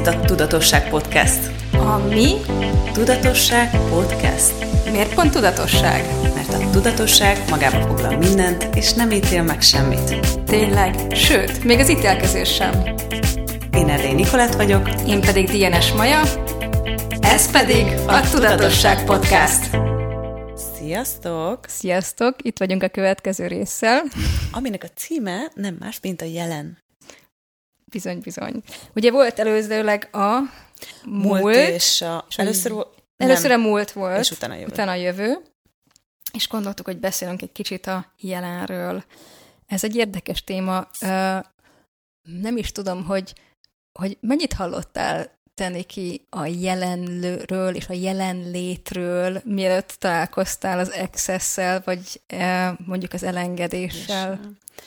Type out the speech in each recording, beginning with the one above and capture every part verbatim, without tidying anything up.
itt a Tudatosság Podcast. A mi? Tudatosság Podcast. Miért pont tudatosság? Mert a tudatosság magába foglal mindent, és nem ítél meg semmit. Tényleg, sőt, még az ítélkezés sem. Én Erdély Nikolett vagyok. Én pedig Dienes Maja. Ez pedig a Tudatosság Podcast. Sziasztok! Sziasztok! Itt vagyunk a következő résszel. Aminek a címe nem más, mint a jelen. Bizony, bizony. Ugye volt előzőleg a múlt, múlt és a... és először volt... Először a múlt volt, és utána a jövő. utána a jövő. És gondoltuk, hogy beszélünk egy kicsit a jelenről. Ez egy érdekes téma. Nem is tudom, hogy, hogy mennyit hallottál te, Niki, a jelenről és a jelenlétről, mielőtt találkoztál az access-szel, vagy mondjuk az elengedéssel?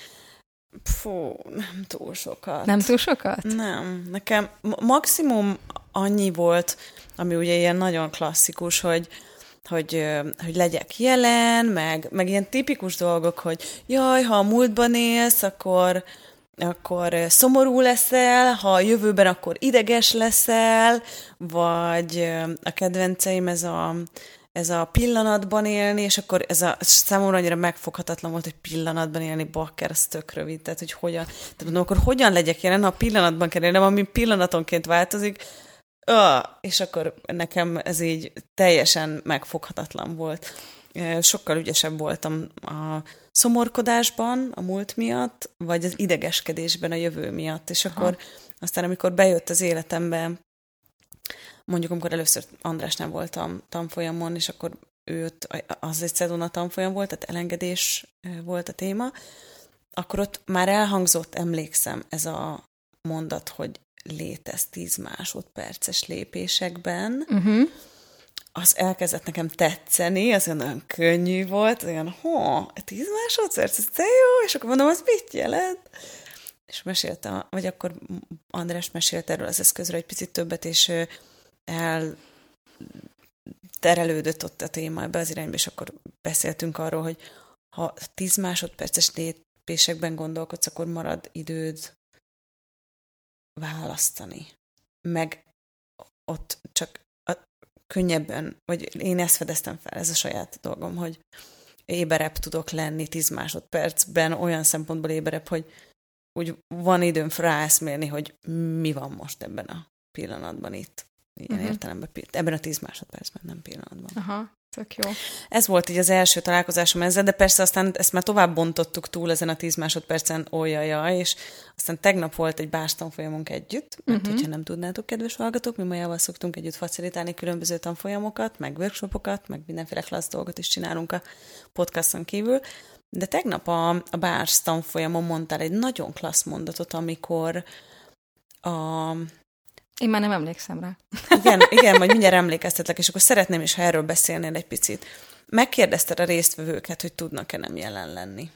Fú, nem túl sokat. Nem túl sokat? Nem. Nekem maximum annyi volt, ami ugye ilyen nagyon klasszikus, hogy hogy, hogy legyek jelen, meg, meg ilyen tipikus dolgok, hogy jaj, ha a múltban élsz, akkor, akkor szomorú leszel, ha a jövőben, akkor ideges leszel, vagy a kedvenceim ez a, ez a pillanatban élni, és akkor ez a számomra annyira megfoghatatlan volt, hogy pillanatban élni, bakker, az tök rövid, tehát hogy hogyan, tehát mondom, akkor hogyan legyek jelen, ha a pillanatban kell élnem, ami pillanatonként változik, Öh, és akkor nekem ez így teljesen megfoghatatlan volt. Sokkal ügyesebb voltam a szomorkodásban, a múlt miatt, vagy az idegeskedésben a jövő miatt. És akkor ha. aztán, amikor bejött az életembe, mondjuk amikor először Andrásnál voltam tanfolyamon, és akkor őt, az egy Cedona tanfolyam volt, tehát elengedés volt a téma, akkor ott már elhangzott, emlékszem, ez a mondat, hogy létez tíz másodperces lépésekben, uh-huh. az elkezdett nekem tetszeni, az olyan könnyű volt, olyan, ha, tíz másodperc, ez te jó, és akkor mondom, az mit jelent? És mesélte, vagy akkor András mesélt erről az eszközről egy picit többet, és elterelődött ott a téma ebbe az irányba, és akkor beszéltünk arról, hogy ha tíz másodperces lépésekben gondolkodsz, akkor marad időd választani. Meg ott csak a, könnyebben, vagy én ezt fedeztem fel, ez a saját dolgom, hogy éberebb tudok lenni tíz másodpercben, olyan szempontból éberebb, hogy úgy van időm ráeszmélni, hogy mi van most ebben a pillanatban itt. Ilyen uh-huh. értelemben, ebben a tíz másodpercben, nem pillanatban. Aha, tök jó. Ez volt így az első találkozásom ezzel, de persze aztán ezt már tovább bontottuk túl ezen a tíz másodpercen, ójaja, és aztán tegnap volt egy bás tanfolyamunk együtt, mert uh-huh. hogyha nem tudnátok, kedves hallgatók, mi Majával szoktunk együtt facilitálni különböző tanfolyamokat, meg workshopokat, meg mindenféle klassz dolgot is csinálunk a podcaston kívül, de tegnap a, a bás tanfolyamon mondtál egy nagyon klassz mondatot, amikor a... Én már nem emlékszem rá. Igen, igen, majd mindjárt emlékeztetlek, és akkor szeretném is, ha erről beszélnél egy picit. Megkérdezted a résztvevőket, hogy tudnak-e nem jelen lenni?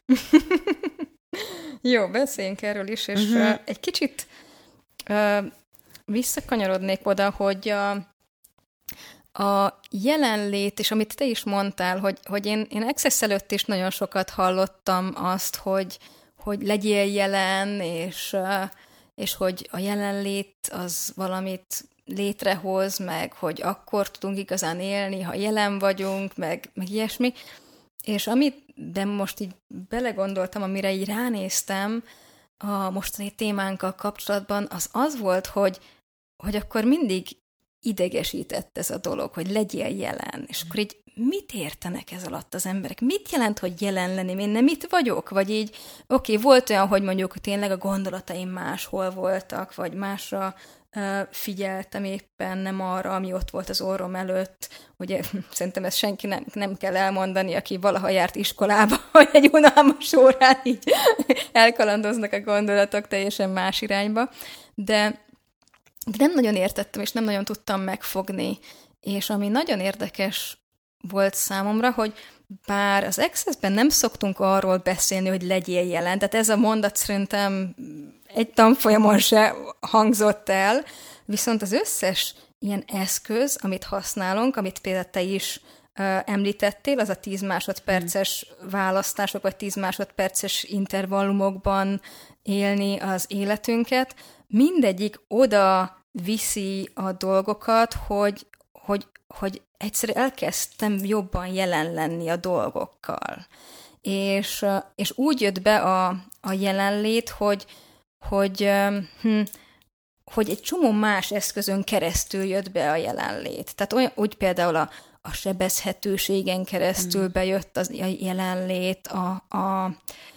Jó, beszéljünk erről is, és uh-huh. uh, egy kicsit uh, visszakanyarodnék oda, hogy a, a jelenlét, és amit te is mondtál, hogy, hogy én, én Access előtt is nagyon sokat hallottam azt, hogy, hogy legyél jelen, és... Uh, és hogy a jelenlét az valamit létrehoz, meg hogy akkor tudunk igazán élni, ha jelen vagyunk, meg, meg ilyesmi. És amit, de most így belegondoltam, amire így ránéztem a mostani témánkkal kapcsolatban, az az volt, hogy, hogy akkor mindig idegesített ez a dolog, hogy legyél jelen. És akkor így mit értenek ez alatt az emberek? Mit jelent, hogy jelen lenni? Én nem itt vagyok? Vagy így, oké, okay, volt olyan, hogy mondjuk tényleg a gondolataim máshol voltak, vagy másra uh, figyeltem éppen, nem arra, ami ott volt az orrom előtt. Ugye szerintem ezt senki nem, nem kell elmondani, aki valaha járt iskolába, hogy egy unalmas órán így elkalandoznak a gondolatok teljesen más irányba. De De nem nagyon értettem, és nem nagyon tudtam megfogni. És ami nagyon érdekes volt számomra, hogy bár az Access-ben nem szoktunk arról beszélni, hogy legyél jelen, tehát ez a mondat szerintem egy tanfolyamon se hangzott el, viszont az összes ilyen eszköz, amit használunk, amit például te is uh, említettél, az a tíz másodperces választások, vagy tíz másodperces intervallumokban élni az életünket, mindegyik oda viszi a dolgokat, hogy, hogy, hogy egyszerűen elkezdtem jobban jelen lenni a dolgokkal. És, és úgy jött be a, a jelenlét, hogy, hogy, hm, hogy egy csomó más eszközön keresztül jött be a jelenlét. Tehát olyan, úgy például a, a sebezhetőségen keresztül bejött az, a jelenlét, a, a,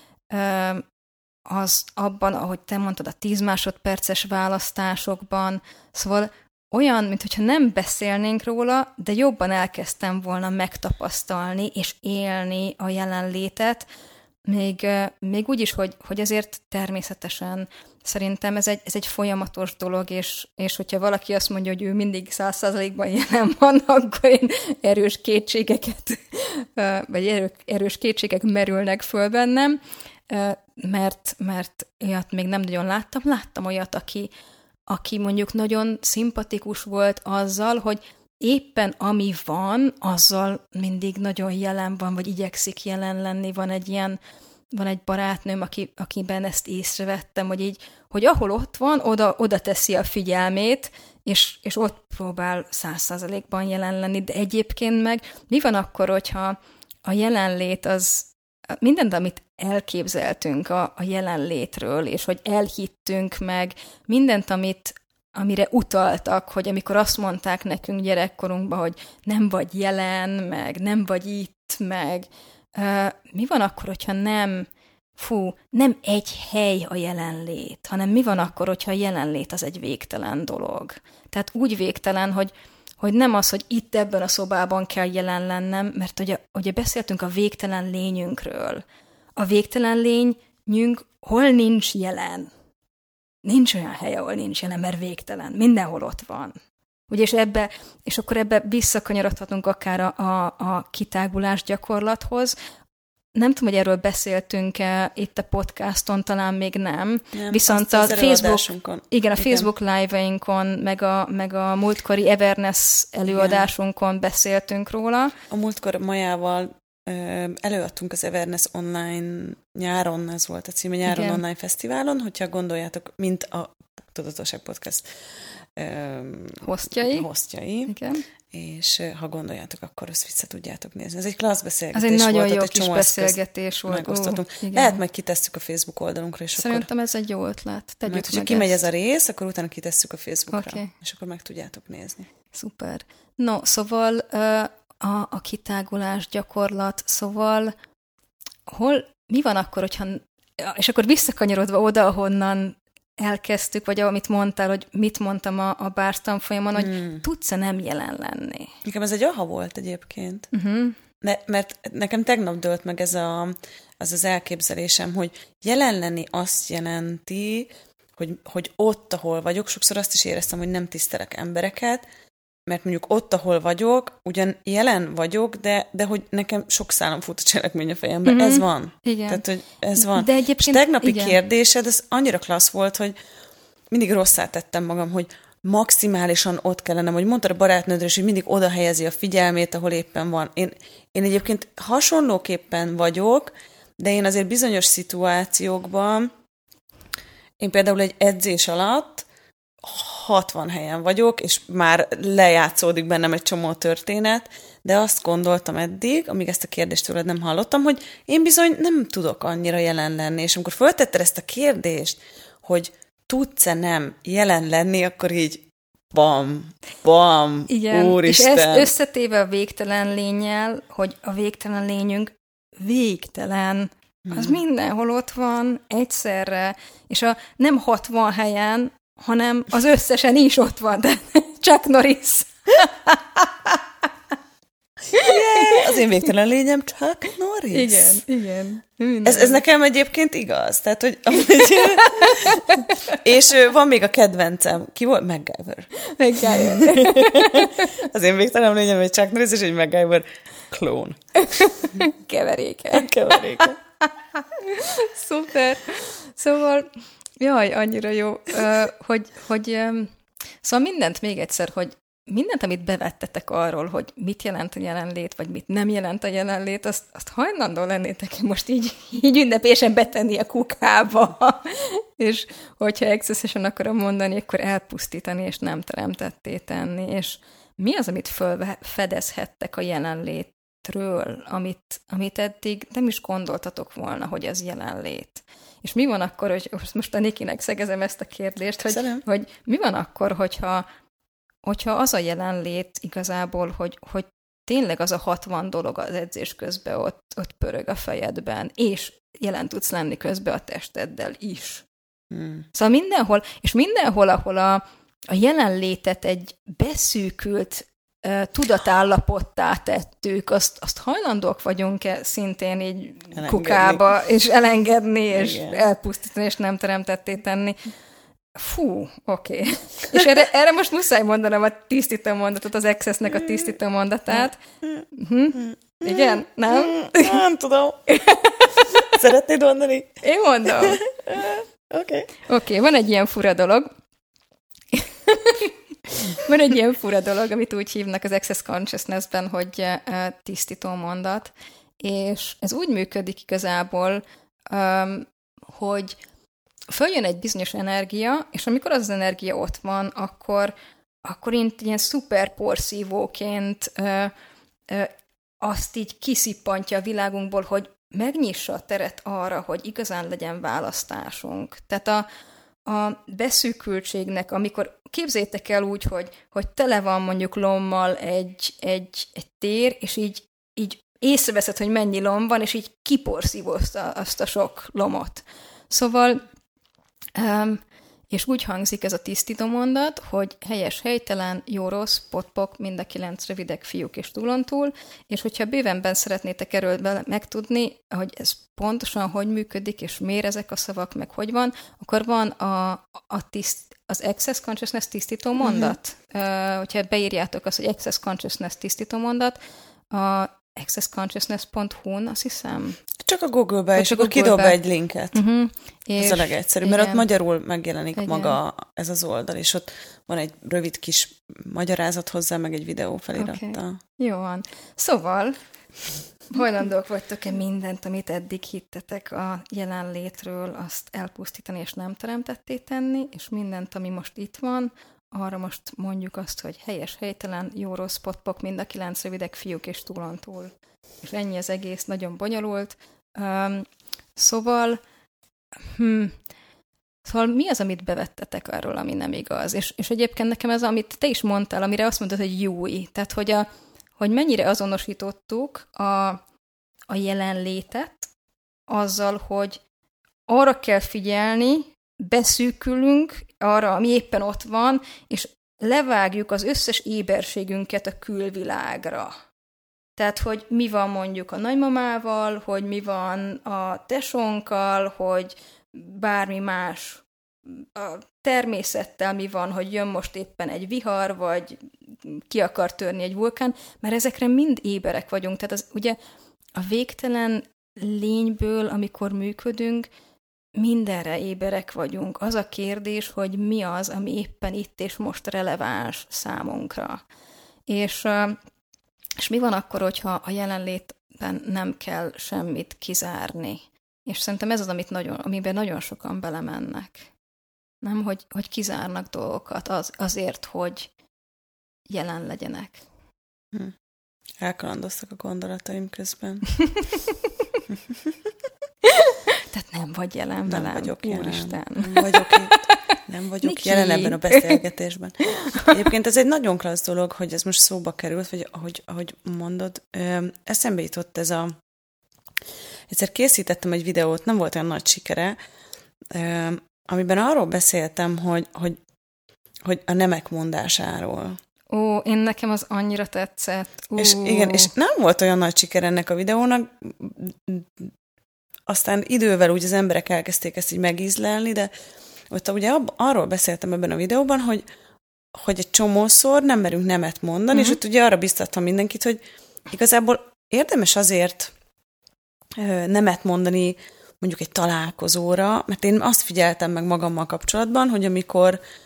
az abban, ahogy te mondtad, a tíz másodperces választásokban. Szóval olyan, mintha nem beszélnénk róla, de jobban elkezdtem volna megtapasztalni és élni a jelenlétet, még, még úgy is, hogy, hogy azért természetesen szerintem ez egy, ez egy folyamatos dolog, és, és hogyha valaki azt mondja, hogy ő mindig száz százalékban jelen van, akkor én erős kétségeket, vagy erő, erős kétségek merülnek föl bennem, mert, mert olyat még nem nagyon láttam. Láttam olyat, aki, aki mondjuk nagyon szimpatikus volt azzal, hogy éppen ami van, azzal mindig nagyon jelen van, vagy igyekszik jelen lenni. Van egy ilyen, van egy barátnőm, aki, akiben ezt észrevettem, hogy így, hogy ahol ott van, oda, oda teszi a figyelmét, és, és ott próbál száz százalékban jelen lenni, de egyébként meg mi van akkor, hogyha a jelenlét az mindent, amit elképzeltünk a, a jelenlétről, és hogy elhittünk meg, mindent, amit, amire utaltak, hogy amikor azt mondták nekünk gyerekkorunkban, hogy nem vagy jelen, meg nem vagy itt, meg uh, mi van akkor, hogyha nem, fú, nem egy hely a jelenlét, hanem mi van akkor, hogyha a jelenlét az egy végtelen dolog. Tehát úgy végtelen, hogy hogy nem az, hogy itt ebben a szobában kell jelen lennem, mert ugye, ugye beszéltünk a végtelen lényünkről. A végtelen lényünk hol nincs jelen? Nincs olyan hely, ahol nincs jelen, mert végtelen. Mindenhol ott van. Ugye, és, ebbe, és akkor ebbe visszakanyarodhatunk akár a, a, a kitágulás gyakorlathoz. Nem tudom, hogy erről beszéltünk-e itt a podcaston, talán még nem. nem Viszont a Facebook, igen, a igen. Facebook live-ainkon, meg a, meg a múltkori Everness előadásunkon igen. beszéltünk róla. A múltkor Majával ö, előadtunk az Everness online nyáron, ez volt a címe, nyáron igen. online fesztiválon, hogyha gondoljátok, mint a Tudatosság Podcast ö, hostjai. hostjai. Igen. És ha gondoljátok, akkor azt vissza tudjátok nézni. Ez egy klassz beszélgetés volt. Ez egy nagyon volt, jó kis beszélgetés volt. Megosztottunk. Ó, Lehet, majd kitesszük a Facebook oldalunkra, és Szerintem akkor... ez egy jó ötlet. Tegyük Mert, hogyha kimegy ez a rész, akkor utána kitesszük a Facebookra, okay. és akkor meg tudjátok nézni. Szuper. No, szóval a, a kitágulás gyakorlat, szóval hol, mi van akkor, hogyha, és akkor visszakanyarodva oda, ahonnan elkezdtük, vagy amit mondtál, hogy mit mondtam a, a bársztan folyamon, hmm. hogy tudsz-e nem jelen lenni? Nekem ez egy aha volt egyébként. Uh-huh. Ne, mert nekem tegnap dőlt meg ez a, az az elképzelésem, hogy jelen lenni azt jelenti, hogy, hogy ott, ahol vagyok, sokszor azt is éreztem, hogy nem tisztelek embereket, mert mondjuk ott, ahol vagyok, ugyan jelen vagyok, de, de hogy nekem sok szállam fut a cselekmény a fejembe. Uh-huh. Ez van. Igen. Tehát, hogy ez van. De egyébként, és tegnapi igen. kérdésed, ez annyira klassz volt, hogy mindig rosszá tettem magam, hogy maximálisan ott kellene, hogy mondtad a barátnődről, hogy mindig oda helyezi a figyelmét, ahol éppen van. Én, én egyébként hasonlóképpen vagyok, de én azért bizonyos szituációkban, én például egy edzés alatt hatvan helyen vagyok, és már lejátszódik bennem egy csomó történet, de azt gondoltam eddig, amíg ezt a kérdést tőled nem hallottam, hogy én bizony nem tudok annyira jelen lenni, és amikor föltetted ezt a kérdést, hogy tudsz-e nem jelen lenni, akkor így bam, bam, igen, úristen. És ezt összetéve a végtelen lénnyel, hogy a végtelen lényünk végtelen, az hmm. mindenhol ott van, egyszerre, és a nem hatvan helyen, hanem az összesen is ott van, de Chuck Norris. Yeah, az én végtelen lényem Chuck Norris. Igen, igen. Ez, ez nekem egyébként igaz. Tehát, hogy és van még a kedvencem. Ki volt? MacGyver. MacGyver. Az én végtelen lényem egy Chuck Norris és egy MacGyver klón. Keveréke. Keveréke. Szuper. Szóval, jaj, annyira jó, uh, hogy, hogy um, szóval mindent még egyszer, hogy mindent, amit bevettetek arról, hogy mit jelent a jelenlét, vagy mit nem jelent a jelenlét, azt, azt hajlandó lennétek most így, így ünnepésen betenni a kukába, és hogyha excessesen akarom mondani, akkor elpusztítani, és nem teremtetté tenni, és mi az, amit felfedezhettek a jelenlétről, amit, amit eddig nem is gondoltatok volna, hogy ez jelenlét. És mi van akkor, hogy most a Nikinek szegezem ezt a kérdést, hogy, hogy mi van akkor, hogyha, hogyha az a jelenlét igazából, hogy, hogy tényleg az a hatvan dolog az edzés közben ott, ott pörög a fejedben, és jelen tudsz lenni közben a testeddel is. Hmm. Szóval mindenhol, és mindenhol, ahol a, a jelenlétet egy beszűkült uh, tudatállapottá tettük, azt, azt hajlandók vagyunk-e szintén így elengedni. Kukába, és elengedni, és igen. elpusztítani, és nem teremtetté tenni. Fú, oké. Okay. És erre, erre most muszáj mondanom a tisztító mondatot, az Accessnek a tisztító mondatát. Uh-huh. Igen? Nem? Nem tudom. Szeretnéd mondani? Én mondom. Oké. Okay. Oké, okay, van egy ilyen fura dolog. Van egy ilyen fura dolog, amit úgy hívnak az Access Consciousness-ben, hogy tisztító mondat, és ez úgy működik igazából, hogy följön egy bizonyos energia, és amikor az az energia ott van, akkor, akkor ilyen szuper porszívóként ö, ö, azt így kiszippantja a világunkból, hogy megnyissa a teret arra, hogy igazán legyen választásunk. Tehát a, a beszűkültségnek, amikor képzeljétek el úgy, hogy, hogy tele van mondjuk lommal egy, egy, egy tér, és így, így észreveszed, hogy mennyi lom van, és így kiporszívozta azt a sok lomot. Szóval Um, és úgy hangzik ez a tisztító mondat, hogy helyes, helytelen, jó, rossz, potpok, mind a kilenc rövidek fiúk és túlontúl, és hogyha bővenben szeretnétek erről megtudni, hogy ez pontosan hogy működik, és miért ezek a szavak, meg hogy van, akkor van a, a tiszt, az Access Consciousness tisztító mondat. Uh-huh. Uh, hogyha beírjátok azt, hogy Access Consciousness tisztító mondat, a access consciousness pont hu-n, azt hiszem. Csak a Google-be, és akkor kidob egy linket. Uh-huh. Ez a legegyszerűbb, mert ott magyarul megjelenik igen. maga ez az oldal, és ott van egy rövid kis magyarázat hozzá, meg egy videó felirattal. Okay. Jó van. Szóval, hajlandók vagytok-e mindent, amit eddig hittetek a jelenlétről, azt elpusztítani, és nem teremtetté tenni, és mindent, ami most itt van, arra most mondjuk azt, hogy helyes, helytelen, jó, rossz, potpok, mind a kilenc rövidek fiúk és túlontúl. És ennyi az egész, nagyon bonyolult. Um, szóval, hm, szóval mi az, amit bevettetek arról, ami nem igaz? És, és egyébként nekem ez, amit te is mondtál, amire azt mondtad, hogy júj. Tehát, hogy, a, hogy mennyire azonosítottuk a, a jelenlétet azzal, hogy arra kell figyelni, beszűkülünk arra, ami éppen ott van, és levágjuk az összes éberségünket a külvilágra. Tehát, hogy mi van mondjuk a nagymamával, hogy mi van a tesónkkal, hogy bármi más a természettel mi van, hogy jön most éppen egy vihar, vagy ki akar törni egy vulkán, mert ezekre mind éberek vagyunk. Tehát az, ugye a végtelen lényből, amikor működünk, mindenre éberek vagyunk. Az a kérdés, hogy mi az, ami éppen itt és most releváns számunkra. És, és mi van akkor, hogyha a jelenlétben nem kell semmit kizárni? És szerintem ez az, amit nagyon, amiben nagyon sokan belemennek. Nem, hogy, hogy kizárnak dolgokat az, azért, hogy jelen legyenek. Hm. Elkalandoztak a gondolataim közben. Tehát nem vagy jelen nem velem. Vagyok Úristen. Jelen. Nem vagyok itt. Nem vagyok Niki. Jelen ebben a beszélgetésben. Egyébként ez egy nagyon klassz dolog, hogy ez most szóba került, vagy ahogy, ahogy mondod, ö, eszembe jutott ez a... Egyszer készítettem egy videót, nem volt olyan nagy sikere, ö, amiben arról beszéltem, hogy, hogy, hogy a nemek mondásáról. Ó, én nekem az annyira tetszett. Ó. És igen, és nem volt olyan nagy siker ennek a videónak, aztán idővel úgy az emberek elkezdték ezt így megízlelni, de ott ugye ab, arról beszéltem ebben a videóban, hogy, hogy egy csomószor nem merünk nemet mondani, uh-huh. és ott ugye arra biztattam mindenkit, hogy igazából érdemes azért ö, nemet mondani mondjuk egy találkozóra, mert én azt figyeltem meg magammal kapcsolatban, hogy amikor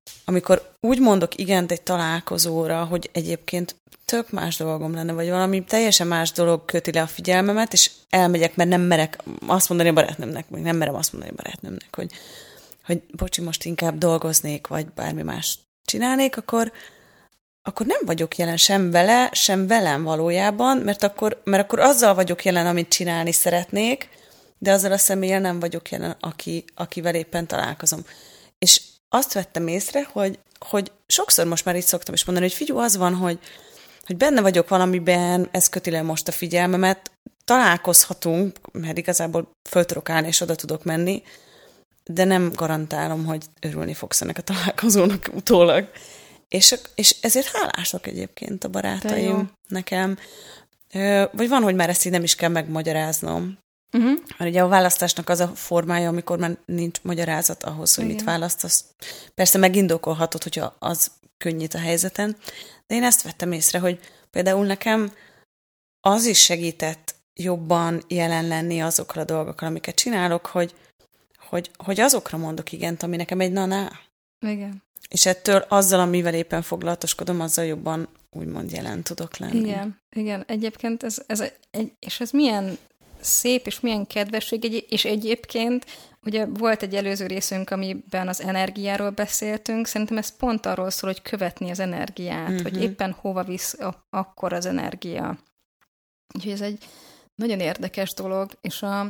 amikor úgy mondok igent egy találkozóra, hogy egyébként tök más dolgom lenne, vagy valami teljesen más dolog köti le a figyelmemet, és elmegyek, mert nem merek azt mondani a barátnőmnek, vagy nem merem azt mondani a barátnőmnek, hogy, hogy bocsi, most inkább dolgoznék, vagy bármi más csinálnék, akkor, akkor nem vagyok jelen sem vele, sem velem valójában, mert akkor, mert akkor azzal vagyok jelen, amit csinálni szeretnék, de azzal a személlyel nem vagyok jelen, aki, akivel éppen találkozom. És azt vettem észre, hogy, hogy sokszor most már így szoktam is mondani, hogy figyelj, az van, hogy, hogy benne vagyok valamiben, ez köti le most a figyelmemet, találkozhatunk, mert igazából föl tudok állni, és oda tudok menni, de nem garantálom, hogy örülni fogsz ennek a találkozónak utólag. És, és ezért hálások egyébként a barátaim nekem. Vagy van, hogy már ezt így nem is kell megmagyaráznom. Uh-huh. Mert ugye a választásnak az a formája, amikor már nincs magyarázat ahhoz, hogy igen, mit választasz. Persze megindokolhatod, hogyha az könnyít a helyzeten, de én ezt vettem észre, hogy például nekem az is segített jobban jelen lenni azokkal a dolgokkal, amiket csinálok, hogy, hogy, hogy azokra mondok igent, ami nekem egy na-na. Igen. És ettől azzal, amivel éppen foglalatoskodom, azzal jobban úgymond jelen tudok lenni. Igen, igen. Egyébként ez, ez egy, és ez milyen szép, és milyen kedvesség, és egyébként ugye volt egy előző részünk, amiben az energiáról beszéltünk, szerintem ez pont arról szól, hogy követni az energiát, uh-huh. hogy éppen hova visz a, akkor az energia. Úgyhogy ez egy nagyon érdekes dolog, és a,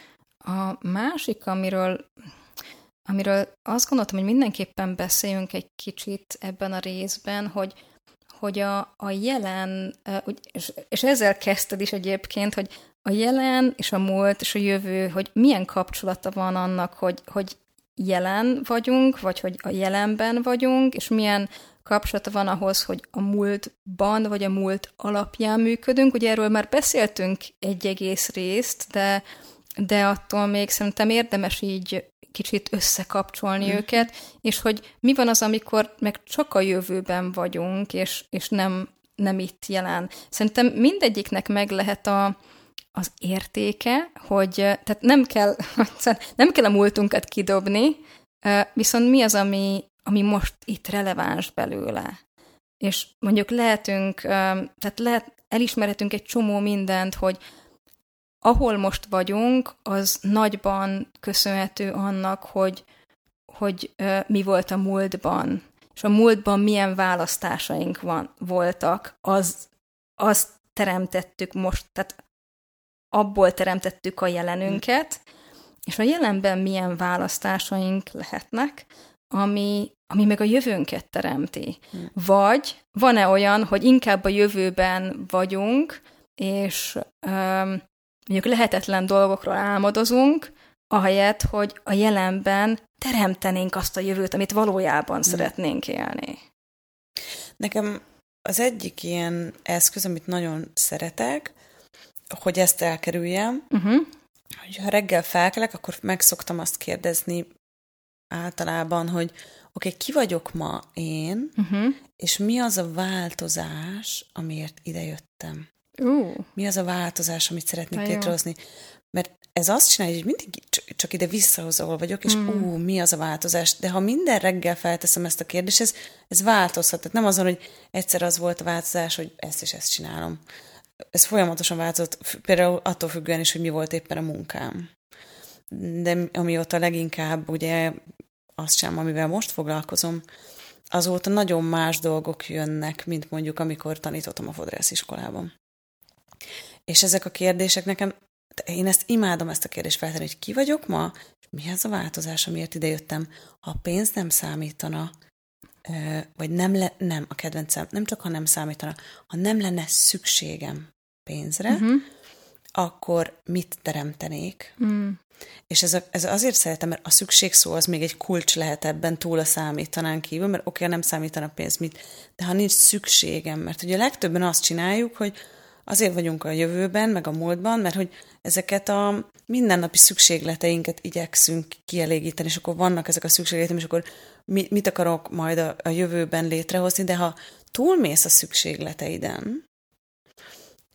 a másik, amiről, amiről azt gondoltam, hogy mindenképpen beszéljünk egy kicsit ebben a részben, hogy, hogy a, a jelen, és, és ezzel kezdted is egyébként, hogy a jelen és a múlt és a jövő, hogy milyen kapcsolata van annak, hogy, hogy jelen vagyunk, vagy hogy a jelenben vagyunk, és milyen kapcsolata van ahhoz, hogy a múltban, vagy a múlt alapján működünk. Ugye erről már beszéltünk egy egész részt, de, de attól még szerintem érdemes így kicsit összekapcsolni mm. őket, és hogy mi van az, amikor meg csak a jövőben vagyunk, és, és nem, nem itt jelen. Szerintem mindegyiknek meg lehet a az értéke, hogy tehát nem kell, nem kell a múltunkat kidobni, viszont mi az, ami, ami most itt releváns belőle. És mondjuk lehetünk, tehát lehet, elismerhetünk egy csomó mindent, hogy ahol most vagyunk, az nagyban köszönhető annak, hogy, hogy mi volt a múltban, és a múltban milyen választásaink van, voltak, az, azt teremtettük most, tehát abból teremtettük a jelenünket, és a jelenben milyen választásaink lehetnek, ami, ami meg a jövőnket teremti. Hmm. Vagy van-e olyan, hogy inkább a jövőben vagyunk, és öm, mondjuk lehetetlen dolgokról álmodozunk, ahelyett, hogy a jelenben teremtenénk azt a jövőt, amit valójában hmm. szeretnénk élni. Nekem az egyik ilyen eszköz, amit nagyon szeretek, hogy ezt elkerüljem, uh-huh. hogy ha reggel felkelek, akkor meg szoktam azt kérdezni általában, hogy oké, okay, ki vagyok ma én, uh-huh. és mi az a változás, amiért idejöttem? Uh. Mi az a változás, amit szeretnék létrehozni? Mert ez azt csinálja, hogy mindig csak ide visszahozza, ahol vagyok, és ú, mm. uh, mi az a változás? De ha minden reggel felteszem ezt a kérdést, ez, ez változhat. Tehát nem azon, hogy egyszer az volt a változás, hogy ezt és ezt csinálom. Ez folyamatosan változott, például attól függően is, hogy mi volt éppen a munkám. De amióta leginkább ugye azt sem, amivel most foglalkozom, azóta nagyon más dolgok jönnek, mint mondjuk amikor tanítottam a fodrásziskolában. És ezek a kérdések nekem, én ezt imádom, ezt a kérdést feltenni, hogy ki vagyok ma, mi az a változás, amiért idejöttem. Ha a pénz nem számítana, vagy nem, le, nem a kedvencem, nem csak ha nem számítana, ha nem lenne szükségem pénzre, uh-huh. akkor mit teremtenék? Mm. És ez, a, ez azért szeretem, mert a szükség szó az még egy kulcs lehet ebben túl a számítanán kívül, mert oké, okay, nem számítana pénz, mit, de ha nincs szükségem, mert ugye legtöbben azt csináljuk, hogy azért vagyunk a jövőben, meg a múltban, mert hogy ezeket a mindennapi szükségleteinket igyekszünk kielégíteni, és akkor vannak ezek a szükségleteim, és akkor mi, mit akarok majd a, a jövőben létrehozni, de ha túlmész a szükségleteiden,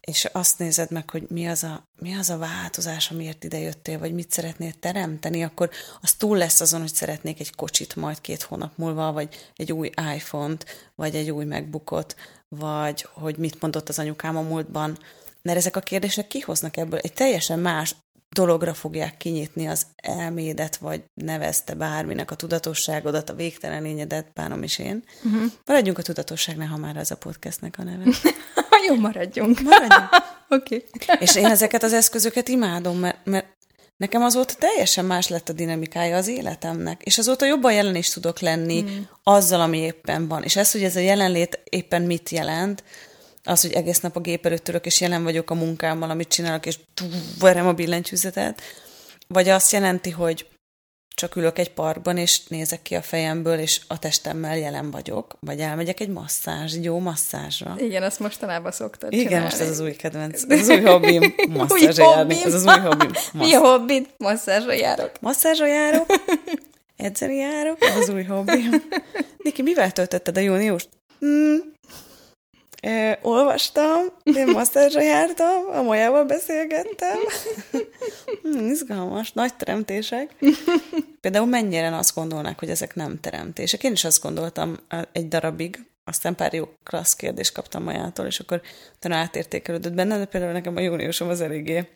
és azt nézed meg, hogy mi az, a, mi az a változás, amiért ide jöttél, vagy mit szeretnél teremteni, akkor az túl lesz azon, hogy szeretnék egy kocsit majd két hónap múlva, vagy egy új iPhone-t, vagy egy új MacBookot, vagy hogy mit mondott az anyukám a múltban. Mert ezek a kérdések kihoznak ebből, egy teljesen más dologra fogják kinyitni az elmédet, vagy nevezte bárminek a tudatosságodat, a végtelen lényedet, bánom is én. Uh-huh. Maradjunk a tudatosságnál, ha már ez a podcastnek a neve. Jó, maradjunk. Maradjunk. Oké. Okay. És én ezeket az eszközöket imádom, mert, mert nekem azóta teljesen más lett a dinamikája az életemnek, és azóta jobban jelen is tudok lenni mm. azzal, ami éppen van. És ez, hogy ez a jelenlét éppen mit jelent, az, hogy egész nap a gép előtt ülök, és jelen vagyok a munkámmal, amit csinálok, és verem a billentyűzetet, vagy azt jelenti, hogy csak ülök egy parkban, és nézek ki a fejemből, és a testemmel jelen vagyok, vagy elmegyek egy masszázs, egy jó masszázsra. Igen, azt mostanában szoktad Igen, csinálni. most ez az új kedvenc, ez az új hobbim, masszázsra járni. Ez az új hobbim. Mi a hobbid? Masszázsra járok. Masszázsra járok, edzeni járok, ez az új hobbim. Niki, mivel töltötted a júniust? Hmm. É, olvastam, én masszázsra jártam, a Molyával beszélgettem. Hmm, izgalmas, nagy teremtések. Például mennyire azt gondolnák, hogy ezek nem teremtések. Én is azt gondoltam egy darabig, aztán pár jó klassz kérdést kaptam Majától, és akkor utána átértékelődött benne, de például nekem a júniusom az eléggé...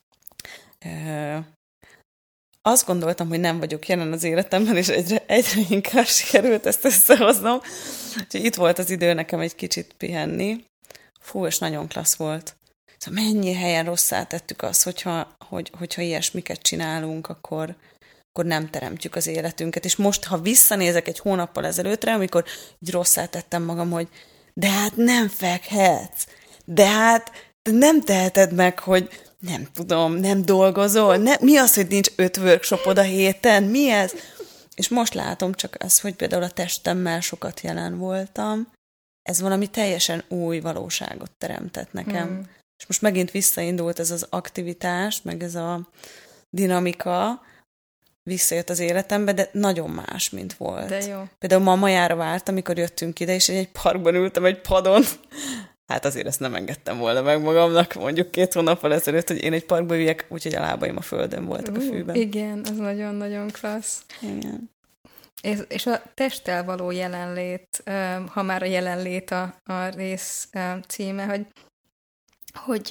Azt gondoltam, hogy nem vagyok jelen az életemben, és egyre, egyre inkább sikerült ezt összehoznom. Úgyhogy itt volt az idő nekem egy kicsit pihenni. Fú, és nagyon klassz volt. Szóval mennyi helyen rosszá tettük azt, hogyha, hogy, hogyha ilyesmiket csinálunk, akkor, akkor nem teremtjük az életünket. És most, ha visszanézek egy hónappal ezelőttre, amikor így rosszá tettem magam, hogy de hát nem fekhetsz, de hát nem teheted meg, hogy nem tudom, nem dolgozol, ne, mi az, hogy nincs öt workshopod a héten, mi ez? És most látom csak azt, hogy például a testemmel sokat jelen voltam, ez valami teljesen új valóságot teremtett nekem. Hmm. És most megint visszaindult ez az aktivitás, meg ez a dinamika, visszajött az életembe, de nagyon más, mint volt. De jó. Például ma Majára vártam, amikor jöttünk ide, és egy parkban ültem egy padon. Hát azért ezt nem engedtem volna meg magamnak, mondjuk két hónappal ezelőtt, hogy én egy parkba üljek, úgyhogy a lábaim a földön voltak uh, a fűben. Igen, az nagyon-nagyon klassz. Igen. És, és a testtel való jelenlét, ha már a jelenlét a, a rész címe, hogy, hogy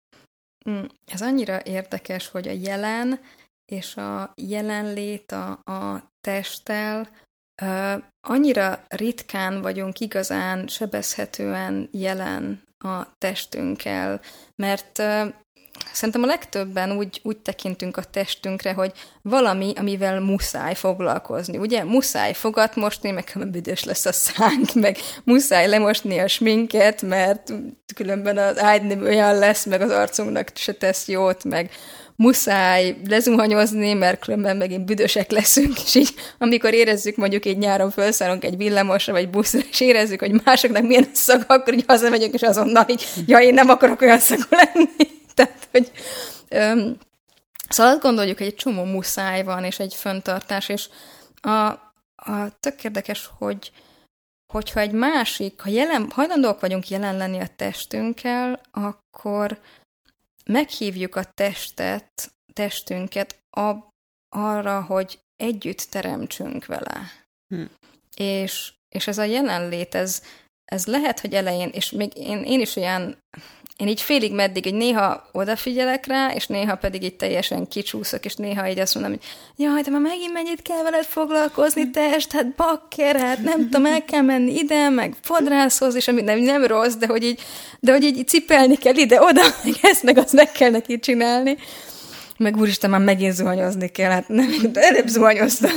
ez annyira érdekes, hogy a jelen és a jelenlét a, a testtel annyira ritkán vagyunk igazán sebezhetően jelen a testünkkel, mert uh, szerintem a legtöbben úgy, úgy tekintünk a testünkre, hogy valami, amivel muszáj foglalkozni. Ugye muszáj fogat mosni, meg büdös lesz a szánk, meg muszáj lemosni a sminket, mert különben az ágynem olyan lesz, meg az arcunknak se tesz jót, meg muszáj lezuhanyozni, mert különben megint büdösek leszünk, és így amikor érezzük, mondjuk így nyáron felszállunk egy villamosra, vagy buszra, és érezzük, hogy másoknak milyen szag, akkor így hazamegyünk, és azonnal így, ja, én nem akarok olyan szagú lenni. Tehát, hogy öm, szóval azt gondoljuk, hogy egy csomó muszáj van, és egy fenntartás, és a, a tök érdekes, hogy hogyha egy másik, ha jelen, hajlandók vagyunk jelen lenni a testünkkel, akkor meghívjuk a testet, testünket a, arra, hogy együtt teremtsünk vele. Hm. És, és ez a jelenlét, ez, ez lehet, hogy elején, és még én, én is olyan, én így félig meddig, hogy néha odafigyelek rá, és néha pedig így teljesen kicsúszok, és néha így azt mondom, hogy jaj, de már megint mennyit kell veled foglalkozni, test, hát bakker, hát nem tudom, el kell menni ide, meg fodrászhoz, és ami nem, nem rossz, de hogy így, de hogy így cipelni kell ide-oda, meg ezt, meg azt meg kell neki csinálni. Meg úristen, már megint zuhanyozni kell, hát nem, de előbb zuhanyoztam.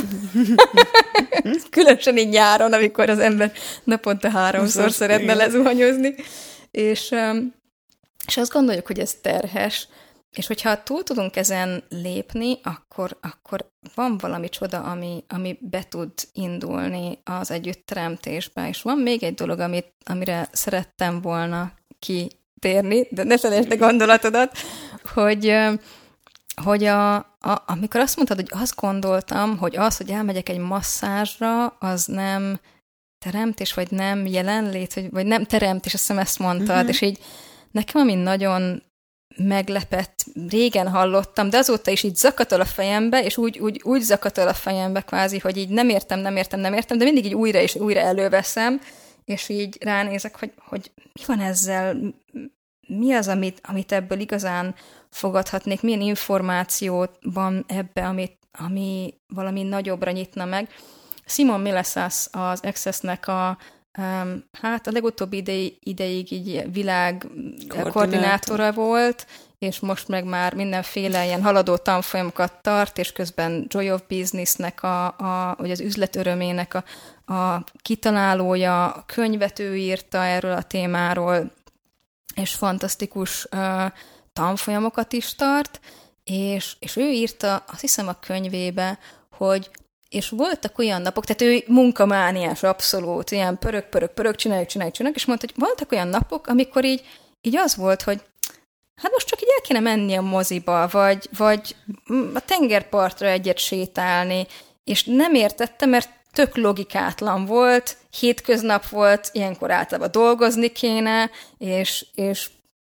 Különösen így nyáron, amikor az ember naponta háromszor szeretne lezuhanyozni. És, és azt gondoljuk, hogy ez terhes, és hogyha túl tudunk ezen lépni, akkor, akkor van valami csoda, ami, ami be tud indulni az együttteremtésbe. És van még egy dolog, amit, amire szerettem volna kitérni, de ne felejtsd a gondolatodat, hogy... hogy a, a, amikor azt mondtad, hogy azt gondoltam, hogy az, hogy elmegyek egy masszázsra, az nem teremtés, vagy nem jelenlét, vagy, vagy nem teremtés, azt hiszem ezt mondtad, uh-huh. és így nekem ami nagyon meglepett, régen hallottam, de azóta is így zakatol a fejembe, és úgy, úgy, úgy zakatol a fejembe kvázi, hogy így nem értem, nem értem, nem értem, de mindig így újra és újra előveszem, és így ránézek, hogy, hogy mi van ezzel, mi az, amit, amit ebből igazán fogadhatnék, milyen információ van ebbe, amit, ami valami nagyobbra nyitna meg. Simon Millesas az Access-nek a Um, hát a legutóbbi ideig, ideig így világ Koordinátor. koordinátora volt, és most meg már mindenféle ilyen haladó tanfolyamokat tart, és közben Joy of Business-nek, a, a, vagy az üzletörömének a, a kitalálója, a könyvet ő írta erről a témáról, és fantasztikus uh, tanfolyamokat is tart, és, és ő írta, azt hiszem a könyvébe, hogy és voltak olyan napok, tehát ő munkamániás abszolút, ilyen pörög, pörög, pörög, csináljuk, csináljuk, csináljuk, és mondta, hogy voltak olyan napok, amikor így, így az volt, hogy hát most csak így el kéne menni a moziba, vagy, vagy a tengerpartra egyet sétálni, és nem értettem, mert tök logikátlan volt, hétköznap volt, ilyenkor általában dolgozni kéne, és, és,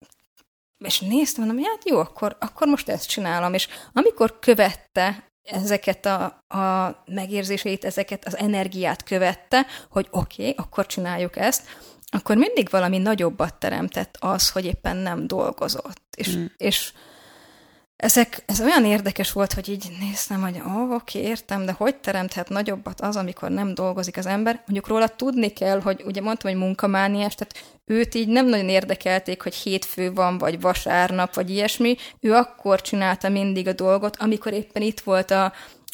és néztem, mondom, hát jó, akkor, akkor most ezt csinálom, és amikor követte ezeket a, a megérzéseit, ezeket az energiát követte, hogy oké, okay, akkor csináljuk ezt, akkor mindig valami nagyobbat teremtett az, hogy éppen nem dolgozott. És, mm. és ezek, ez olyan érdekes volt, hogy így néztem, hogy ó, oh, oké, okay, értem, de hogy teremthet nagyobbat az, amikor nem dolgozik az ember? Mondjuk róla tudni kell, hogy ugye mondtam, hogy munkamániás, tehát őt így nem nagyon érdekelték, hogy hétfő van, vagy vasárnap, vagy ilyesmi. Ő akkor csinálta mindig a dolgot, amikor éppen itt volt a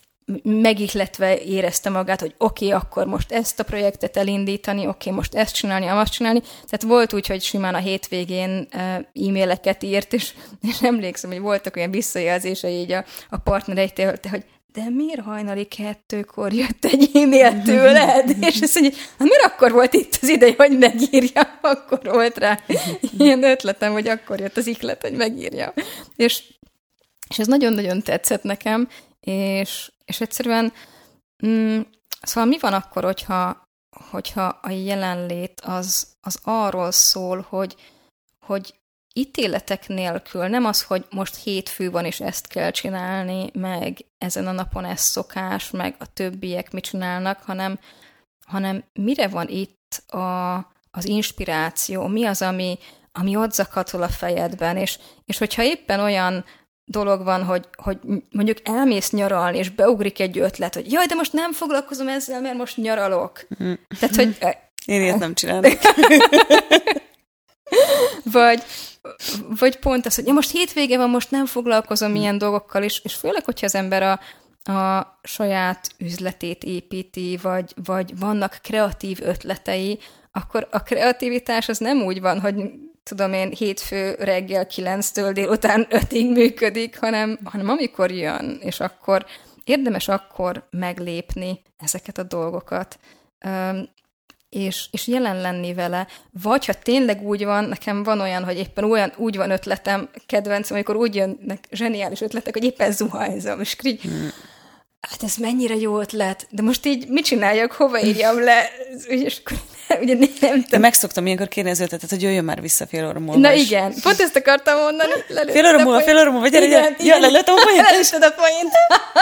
megihletve érezte magát, hogy oké, okay, akkor most ezt a projektet elindítani, oké, okay, most ezt csinálni, azt csinálni. Tehát volt úgy, hogy simán a hétvégén e-maileket írt, és, és emlékszem, hogy voltak olyan visszajelzései így a, a partnereitől, hogy de miért hajnali kettőkor jött egy e-mail tőled? És azt mondja, hát miért akkor volt itt az ideje, hogy megírja? Akkor volt rá ilyen ötletem, hogy akkor jött az ihlet, hogy megírja. És, és ez nagyon-nagyon tetszett nekem, és, és egyszerűen mm, szóval mi van akkor, hogyha, hogyha a jelenlét az, az arról szól, hogy, hogy ítéletek nélkül, nem az, hogy most hétfő van, és ezt kell csinálni, meg ezen a napon ez szokás, meg a többiek mit csinálnak, hanem, hanem mire van itt a, az inspiráció, mi az, ami, ami ott zakatol a fejedben, és, és hogyha éppen olyan dolog van, hogy, hogy mondjuk elmész nyaralni, és beugrik egy ötlet, hogy jaj, de most nem foglalkozom ezzel, mert most nyaralok. Mm. Tehát, hogy... Én ilyet nem csinálok. vagy, vagy pont az, hogy ja, most hétvége van, most nem foglalkozom ilyen dolgokkal, és, és főleg, hogyha az ember a, a saját üzletét építi, vagy, vagy vannak kreatív ötletei, akkor a kreativitás az nem úgy van, hogy tudom én, hétfő reggel kilenctől délután ötig működik, hanem, hanem amikor jön, és akkor érdemes akkor meglépni ezeket a dolgokat, és, és jelen lenni vele. Vagy ha tényleg úgy van, nekem van olyan, hogy éppen olyan, úgy van ötletem, kedvencem, amikor úgy jönnek zseniális ötletek, hogy éppen zuhanyzom, és így, hát ez mennyire jó ötlet, de most így mit csináljak, hova írjam le, és akkor ugye nem tudom. Én megszoktam ilyenkor kérni az ötletet, hogy jöjjön már vissza fél óra múlva. Na igen, pont ezt akartam mondani. Fél óra múlva, fél óra múlva, gyere, gyere, gyere, lelőttem a poént. Lelőtted a poént.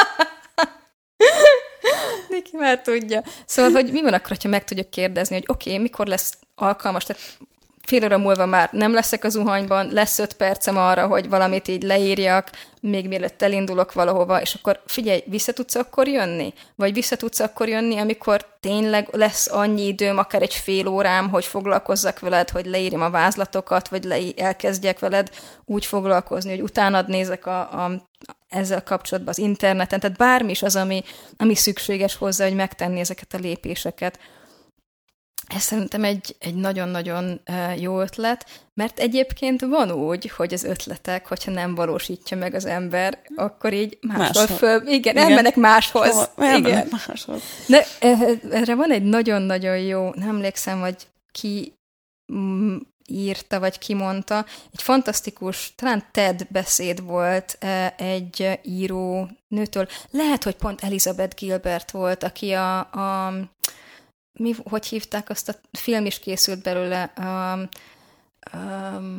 Niki már tudja. Szóval, hogy mi van akkor, ha meg tudjuk kérdezni, hogy oké, okay, mikor lesz alkalmas, tehát fél óra múlva már nem leszek a zuhanyban, lesz öt percem arra, hogy valamit így leírjak, még mielőtt elindulok valahova, és akkor figyelj, vissza tudsz akkor jönni? Vagy vissza tudsz akkor jönni, amikor tényleg lesz annyi időm, akár egy fél órám, hogy foglalkozzak veled, hogy leírjam a vázlatokat, vagy le- elkezdjek veled úgy foglalkozni, hogy utánad nézek a, a, ezzel kapcsolatban az interneten, tehát bármi is az, ami, ami szükséges hozzá, hogy megtenni ezeket a lépéseket. Ez szerintem egy, egy nagyon-nagyon jó ötlet, mert egyébként van úgy, hogy az ötletek, hogyha nem valósítja meg az ember, akkor így máshol, máshol. föl, igen, igen, elmennek máshoz. Hova? Elmennek igen. máshoz. De erre van egy nagyon-nagyon jó, nem emlékszem, hogy ki írta, vagy ki mondta, egy fantasztikus, talán TED beszéd volt egy író nőtől, lehet, hogy pont Elizabeth Gilbert volt, aki a, a mi, hogy hívták azt a film is készült belőle, um, um,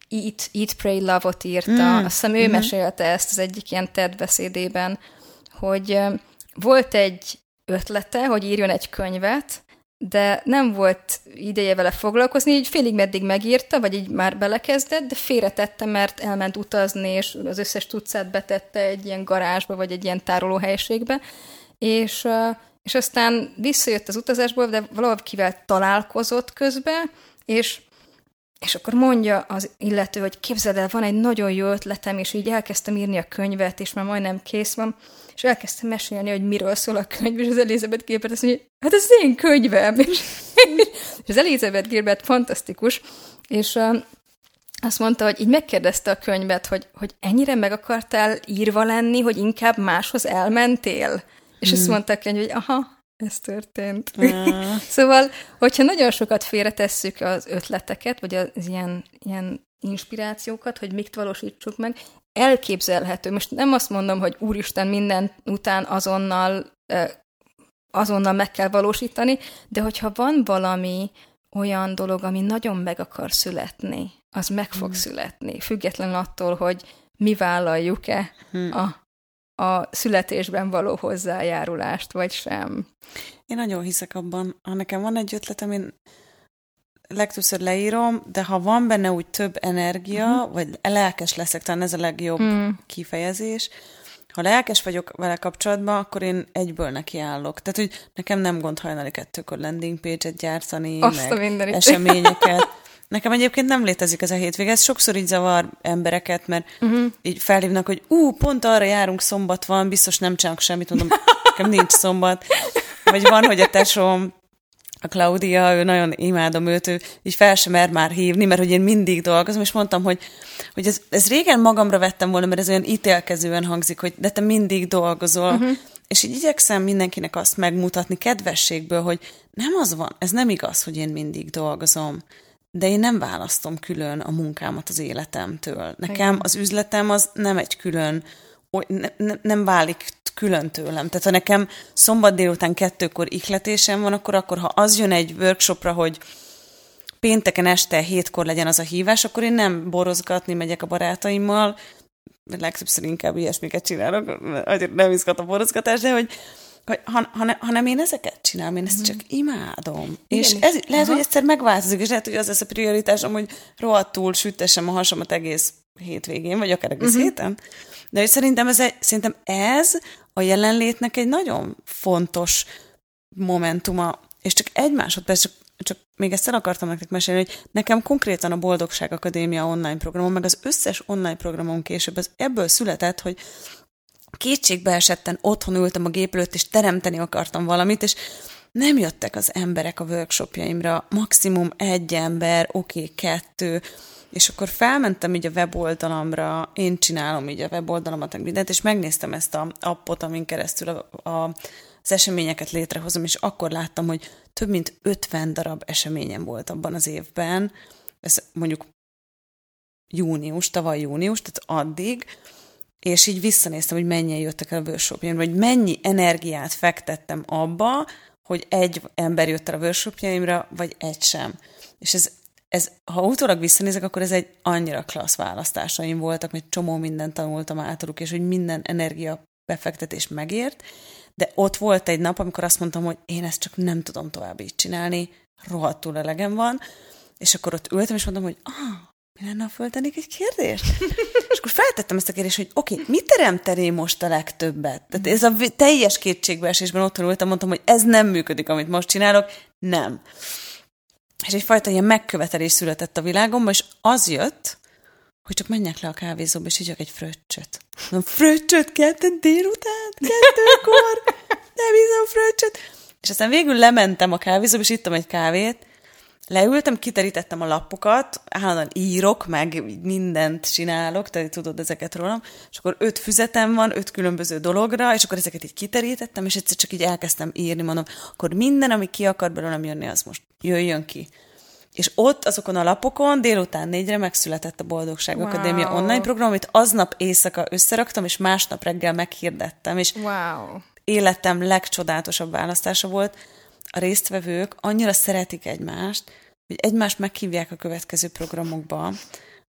Eat, Eat Pray, Love-ot írta. Mm. Azt hiszem ő mm-hmm. mesélte ezt az egyik ilyen TED beszédében, hogy volt egy ötlete, hogy írjon egy könyvet, de nem volt ideje vele foglalkozni, így félig meddig megírta, vagy így már belekezdett, de félretette, mert elment utazni, és az összes tucát betette egy ilyen garázsba, vagy egy ilyen tárolóhelyiségbe, és, és aztán visszajött az utazásból, de valakivel találkozott közben, és És akkor mondja az illető, hogy képzeld el, van egy nagyon jó ötletem, és így elkezdtem írni a könyvet, és már majdnem kész van, és elkezdtem mesélni, hogy miről szól a könyv, és az Elizabeth Gilbert azt mondja, hát ez én könyvem, és, és az Elizabeth Gilbert fantasztikus, és uh, azt mondta, hogy így megkérdezte a könyvet, hogy, hogy ennyire meg akartál írva lenni, hogy inkább máshoz elmentél? És hmm. azt mondta a könyv, hogy aha, ez történt. Ah. Szóval, hogyha nagyon sokat félretesszük az ötleteket, vagy az ilyen, ilyen inspirációkat, hogy mit valósítsuk meg, elképzelhető. Most nem azt mondom, hogy úristen, minden után azonnal, azonnal meg kell valósítani, de hogyha van valami olyan dolog, ami nagyon meg akar születni, az meg fog hmm. születni, függetlenül attól, hogy mi vállaljuk-e hmm. a a születésben való hozzájárulást, vagy sem. Én nagyon hiszek abban. Ha nekem van egy ötletem, én legtöbbször leírom, de ha van benne úgy több energia, uh-huh. vagy lelkes leszek, talán ez a legjobb uh-huh. kifejezés. Ha lelkes vagyok vele kapcsolatban, akkor én egyből nekiállok. Tehát, hogy nekem nem gond hajnali kettőkor landing page-et gyártani, azt meg eseményeket. Nekem egyébként nem létezik ez a hétvége, ez sokszor így zavar embereket, mert uh-huh. így felhívnak, hogy ú, pont arra járunk, szombat van, biztos nem csinálok semmit, mondom, nekem nincs szombat. Vagy van, hogy a tesóm, a Claudia, ő nagyon imádom őt, ő így fel sem mer már hívni, mert hogy én mindig dolgozom, és mondtam, hogy, hogy ez, ez régen magamra vettem volna, mert ez olyan ítélkezően hangzik, hogy de te mindig dolgozol, uh-huh. és így igyekszem mindenkinek azt megmutatni kedvességből, hogy nem az van, ez nem igaz, hogy én mindig dolgozom. De én nem választom külön a munkámat az életemtől. Nekem igen. az üzletem az nem egy külön, ne, ne, nem válik külön tőlem. Tehát ha nekem szombat délután kettőkor ihletésem van, akkor, akkor ha az jön egy workshopra, hogy pénteken este hétkor legyen az a hívás, akkor én nem borozgatni megyek a barátaimmal, legtöbbször inkább ilyesmiket csinálok, azért nem izgat a borozgatás, de hogy Ha, ha, hanem én ezeket csinálom, én ezt csak imádom. Igen, és ez, lehet, aha. hogy egyszer megváltozik, és lehet, hogy az lesz a prioritásom, hogy rohadtul sütessem a hasamat egész hétvégén, vagy akár egész uh-huh. héten. De hogy szerintem ez, egy, szerintem ez a jelenlétnek egy nagyon fontos momentuma, és csak egy másodperc, csak, csak még ezt el akartam nektek mesélni, hogy nekem konkrétan a Boldogság Akadémia online programom, meg az összes online programom később, az ebből született, hogy kétségbe esetten otthon ültem a gép előtt, és teremteni akartam valamit, és nem jöttek az emberek a workshopjaimra, maximum egy ember, oké, okay, kettő, és akkor felmentem így a weboldalamra, én csinálom így a weboldalamat, meg mindent, és megnéztem ezt a appot, amin keresztül a, a, az eseményeket létrehozom, és akkor láttam, hogy több mint ötven darab eseményem volt abban az évben, ez mondjuk június, tavaly június, tehát addig, és így visszanéztem, hogy mennyien jöttek el a workshopjaim, vagy mennyi energiát fektettem abba, hogy egy ember jött el a workshopjaimra, vagy egy sem. És ez, ez, ha utólag visszanézek, akkor ez egy annyira klassz választásaim voltak, mert csomó mindent tanultam általuk, és hogy minden energia befektetés megért, de ott volt egy nap, amikor azt mondtam, hogy én ezt csak nem tudom tovább így csinálni, rohadtul elegem van, és akkor ott ültem, és mondtam, hogy ah, mi lenne, ha föltennék egy kérdést? És akkor feltettem ezt a kérdést, hogy oké, okay, mit teremtené most a legtöbbet? Tehát ez a teljes kétségbeesésben otthon ültem, mondtam, hogy ez nem működik, amit most csinálok. Nem. És egyfajta ilyen megkövetelés született a világomban, és az jött, hogy csak menjek le a kávézóba, és igyak egy fröccsöt. Mondom, fröccsöt ketten délután? Kettőkor? Nem hiszem fröccsöt. És aztán végül lementem a kávézóba, és ittam egy kávét, leültem, kiterítettem a lapokat, állandóan írok, meg mindent csinálok, tehát tudod ezeket rólam, és akkor öt füzetem van, öt különböző dologra, és akkor ezeket így kiterítettem, és egyszer csak így elkezdtem írni, mondom, akkor minden, ami ki akar belőlem jönni, az most jöjjön ki. És ott azokon a lapokon délután négyre megszületett a Boldogság wow. Akadémia online program, amit aznap éjszaka összeraktam, és másnap reggel meghirdettem, és wow. életem legcsodálatosabb választása volt. A résztvevők annyira szeretik egymást, hogy egymást meghívják a következő programokba,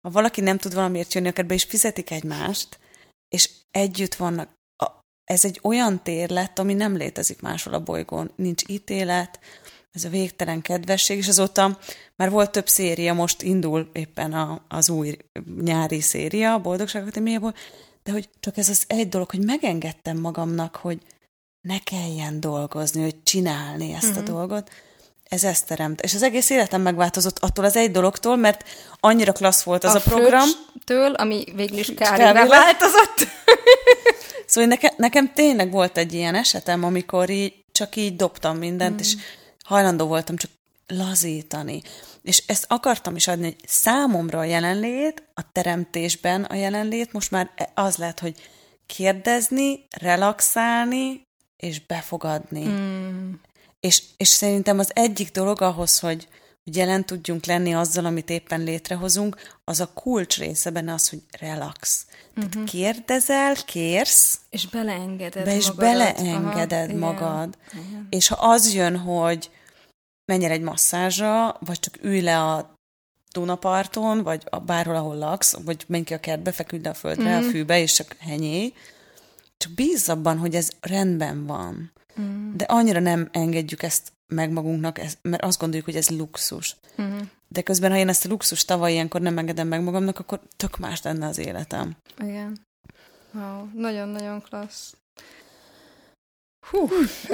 ha valaki nem tud valamiért jönni, akár be is fizetik egymást, és együtt vannak. A, ez egy olyan tér lett, ami nem létezik máshol a bolygón. Nincs ítélet, ez a végtelen kedvesség, és azóta már volt több széria, most indul éppen a, az új nyári széria, a Boldogság Akadémiából, de hogy csak ez az egy dolog, hogy megengedtem magamnak, hogy ne kelljen dolgozni, hogy csinálni ezt mm-hmm. a dolgot, ez ezt teremt. És az egész életem megváltozott attól az egy dologtól, mert annyira klassz volt az a, a program. Től, ami végül is kárivá változott. Szóval nekem, nekem tényleg volt egy ilyen esetem, amikor így, csak így dobtam mindent, mm. és hajlandó voltam csak lazítani. És ezt akartam is adni, hogy számomra a jelenlét, a teremtésben a jelenlét most már az lehet, hogy kérdezni, relaxálni, és befogadni. Mm. És, és szerintem az egyik dolog ahhoz, hogy, hogy jelen tudjunk lenni azzal, amit éppen létrehozunk, az a kulcs része benne az, hogy relax. Uh-huh. Tehát kérdezel, kérsz, és beleengeded be, és magadat. beleengeded Aha, magad. Igen. Igen. És ha az jön, hogy menj el egy masszázsra, vagy csak ülj le a Dunaparton, vagy a bárhol, ahol laksz, vagy menj ki a kertbe, feküdj le a földre, uh-huh. a fűbe, és csak henyélj. Csak bízz abban, hogy ez rendben van. Mm. De annyira nem engedjük ezt meg magunknak, mert azt gondoljuk, hogy ez luxus. Mm. De közben, ha én ezt a luxus tavaly ilyenkor nem engedem meg magamnak, akkor tök más lenne az életem. Igen. Wow, nagyon-nagyon klassz. Hú.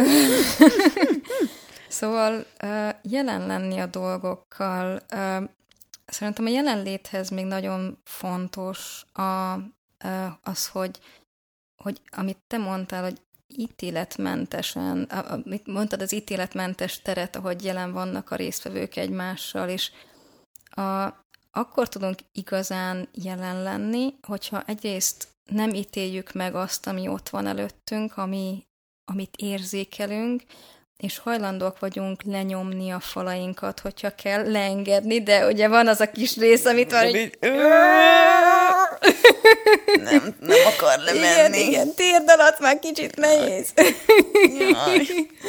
Szóval jelen lenni a dolgokkal. Szerintem a jelenléthez még nagyon fontos a, az, hogy, hogy amit te mondtál, hogy ítéletmentesen, amit mondtad, az ítéletmentes teret, ahogy jelen vannak a résztvevők egymással, és a, akkor tudunk igazán jelen lenni, hogyha egyrészt nem ítéljük meg azt, ami ott van előttünk, ami, amit érzékelünk, és hajlandóak vagyunk lenyomni a falainkat, hogyha kell, leengedni, de ugye van az a kis rész, amit van, hogy... Nem, nem akar lemenni. Igen, igen, térd alatt már kicsit nehéz. Jaj.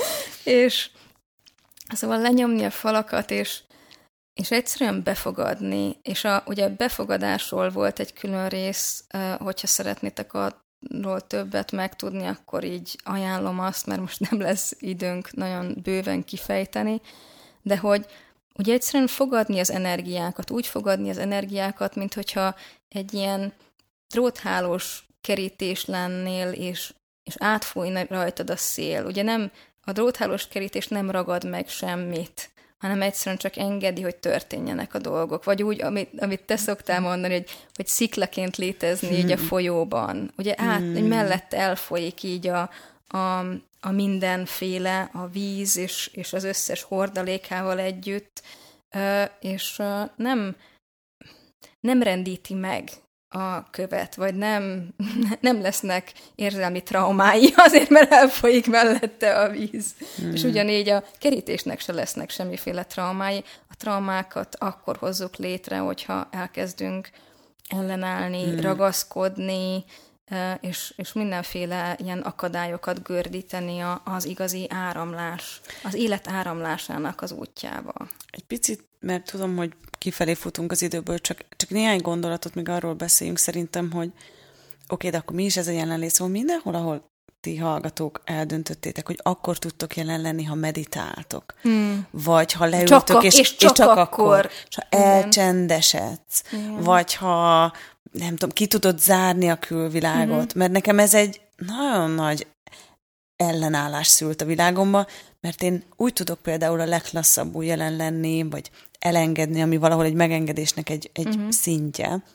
És szóval lenyomni a falakat, és, és egyszerűen befogadni. És a, ugye a befogadásról volt egy külön rész, hogyha szeretnétek arról többet megtudni, akkor így ajánlom azt, mert most nem lesz időnk nagyon bőven kifejteni, de hogy ugye egyszerűen fogadni az energiákat, úgy fogadni az energiákat, mint hogyha egy ilyen dróthálós kerítés lennél, és, és átfújna rajtad a szél. Ugye nem, a dróthálós kerítés nem ragad meg semmit, hanem egyszerűen csak engedi, hogy történjenek a dolgok. Vagy úgy, amit, amit te szoktál mondani, hogy, hogy sziklaként létezni hmm. így a folyóban. Ugye át, hmm. mellett elfolyik így a, a, a mindenféle, a víz és, és az összes hordalékával együtt, és nem, nem rendíti meg a követ, vagy nem, nem lesznek érzelmi traumái, azért, mert elfolyik mellette a víz. Mm. És ugyanígy a kerítésnek se lesznek semmiféle traumái. A traumákat akkor hozzuk létre, hogyha elkezdünk ellenállni, mm. ragaszkodni, és, és mindenféle ilyen akadályokat gördíteni az igazi áramlás, az élet áramlásának az útjába. Egy picit, mert tudom, hogy kifelé futunk az időből, csak, csak néhány gondolatot még arról beszéljünk szerintem, hogy oké, de akkor mi is ez a jelenlét, szóval mindenhol, ahol ti hallgatók eldöntöttétek, hogy akkor tudtok jelen lenni, ha meditáltok. Hmm. Vagy ha leültök, csak a, és, és, csak és csak akkor, akkor és ha elcsendesedsz, igen. Vagy ha nem tudom, ki tudod zárni a külvilágot, uh-huh. mert nekem ez egy nagyon nagy ellenállás szült a világomba, mert én úgy tudok például a legklasszabbul jelen lenni, vagy elengedni, ami valahol egy megengedésnek egy, egy uh-huh. szintje,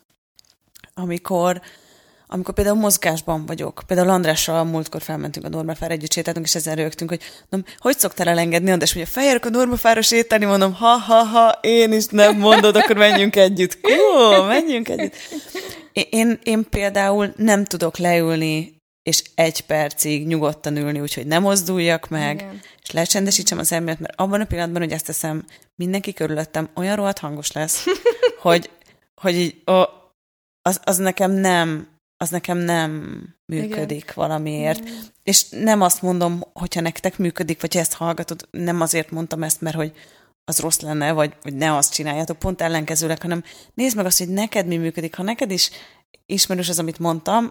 amikor, amikor például mozgásban vagyok. Például Andrással múltkor felmentünk a Normafára, együtt sétáltunk, és ezen rögtünk, hogy mondom, hogy szoktál elengedni, András, mondja, feljárok a Normafára sétálni, mondom, ha-ha-ha, én is nem mondod, akkor menjünk együtt. Ó, menjünk együtt. Én, én például nem tudok leülni, és egy percig nyugodtan ülni, úgyhogy nem mozduljak meg, igen. és lecsendesítsem az embert, mert abban a pillanatban, hogy ezt teszem, mindenki körülöttem olyan rohadt hangos lesz, hogy, hogy így, ó, az, az nekem nem, az nekem nem működik igen. valamiért. Igen. És nem azt mondom, hogyha nektek működik, vagy ha ezt hallgatod, nem azért mondtam ezt, mert hogy az rossz lenne, vagy, vagy ne azt csináljátok, pont ellenkezőleg, hanem nézd meg azt, hogy neked mi működik. Ha neked is ismerős az, amit mondtam,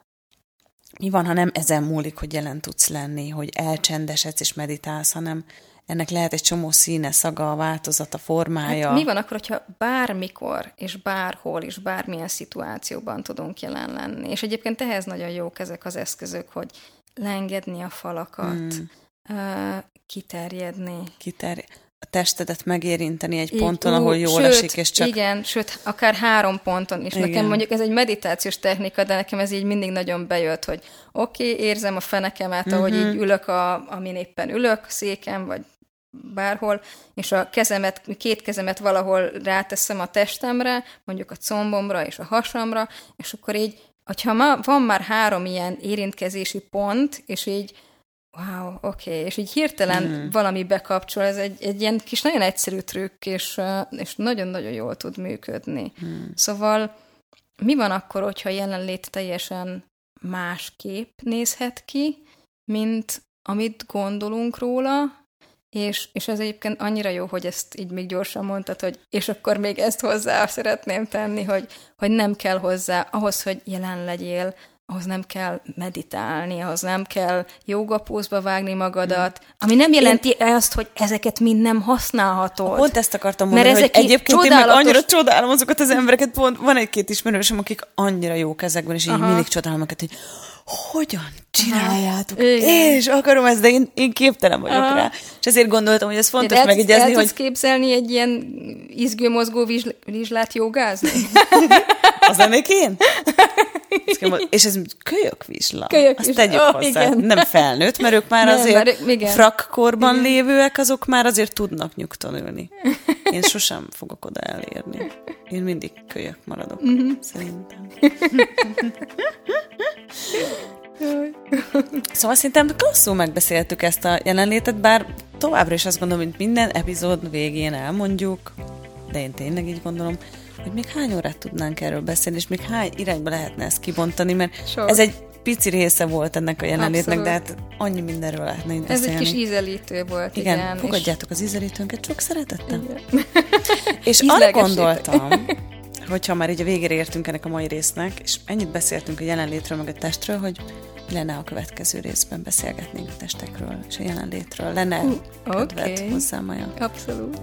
mi van, ha nem ezen múlik, hogy jelen tudsz lenni, hogy elcsendesedsz és meditálsz, hanem ennek lehet egy csomó színe, szaga, változata, formája. Hát mi van akkor, hogyha bármikor, és bárhol, és bármilyen szituációban tudunk jelen lenni? És egyébként ehhez nagyon jók ezek az eszközök, hogy leengedni a falakat, hmm. uh, kiterjedni. Kiterjedni. A testedet megérinteni egy Így, ponton, ú, ahol jól sőt, esik, és csak... Igen, sőt, akár három ponton is. Igen. Nekem mondjuk ez egy meditációs technika, de nekem ez így mindig nagyon bejött, hogy oké, okay, érzem a fenekemet, uh-huh. ahogy így ülök, a, amin éppen ülök, széken, vagy bárhol, és a kezemet, két kezemet valahol ráteszem a testemre, mondjuk a combomra és a hasamra, és akkor így, hogyha ma, van már három ilyen érintkezési pont, és így wow, oké, okay. És így hirtelen mm. valami bekapcsol, ez egy, egy ilyen kis nagyon egyszerű trükk, és, és nagyon-nagyon jól tud működni. Mm. Szóval mi van akkor, hogyha jelenlét teljesen másképp nézhet ki, mint amit gondolunk róla, és, és ez egyébként annyira jó, hogy ezt így még gyorsan mondtad, hogy és akkor még ezt hozzá szeretném tenni, hogy, hogy nem kell hozzá, ahhoz, hogy jelen legyél, ahhoz nem kell meditálni, ahhoz nem kell jogapózba vágni magadat, ami nem jelenti én... azt, hogy ezeket mind nem használhatod. Pont ezt akartam mondani, hogy egyébként csodálatos... én meg annyira csodálom azokat az embereket, pont van egy-két ismerősöm, akik annyira jók ezekben, és így Aha. mindig csodálom őket, hogy hogyan csináljátok? És akarom ezt, de én, én képtelen vagyok Aha. rá. És ezért gondoltam, hogy ez fontos de megegyezni, el hogy... tudsz képzelni egy ilyen izgő-mozgó vizslát jogázni? Az lennék én? És ez kölyökvizsla. Azt tegyük oh, hozzá. Igen. Nem felnőtt, mert ők már nem, azért mert, frakkorban igen. lévőek, azok már azért tudnak nyugton ülni. Én sosem fogok oda elérni. Én mindig kölyök maradok, mm-hmm. szerintem. Szóval szerintem klasszul megbeszéltük ezt a jelenlétet, bár továbbra is azt gondolom, hogy minden epizód végén elmondjuk, de én tényleg így gondolom, hogy még hány órát tudnánk erről beszélni, és még hány irányba lehetne ezt kibontani, mert Sok. ez egy pici része volt ennek a jelenlétnek, Abszolút. De hát annyi mindenről lehetne itt beszélni. Ez egy kis ízelítő volt. Igen, igen fogadjátok és... az ízelítőnket sok szeretettel. Igen. És arra gondoltam, hogyha már így a végére értünk ennek a mai résznek, és ennyit beszéltünk a jelenlétről, meg a testről, hogy lenne a következő részben beszélgetnénk a testekről és a jelenlétről. Lenne uh, kedved okay. hozzám, Maja? Abszolút.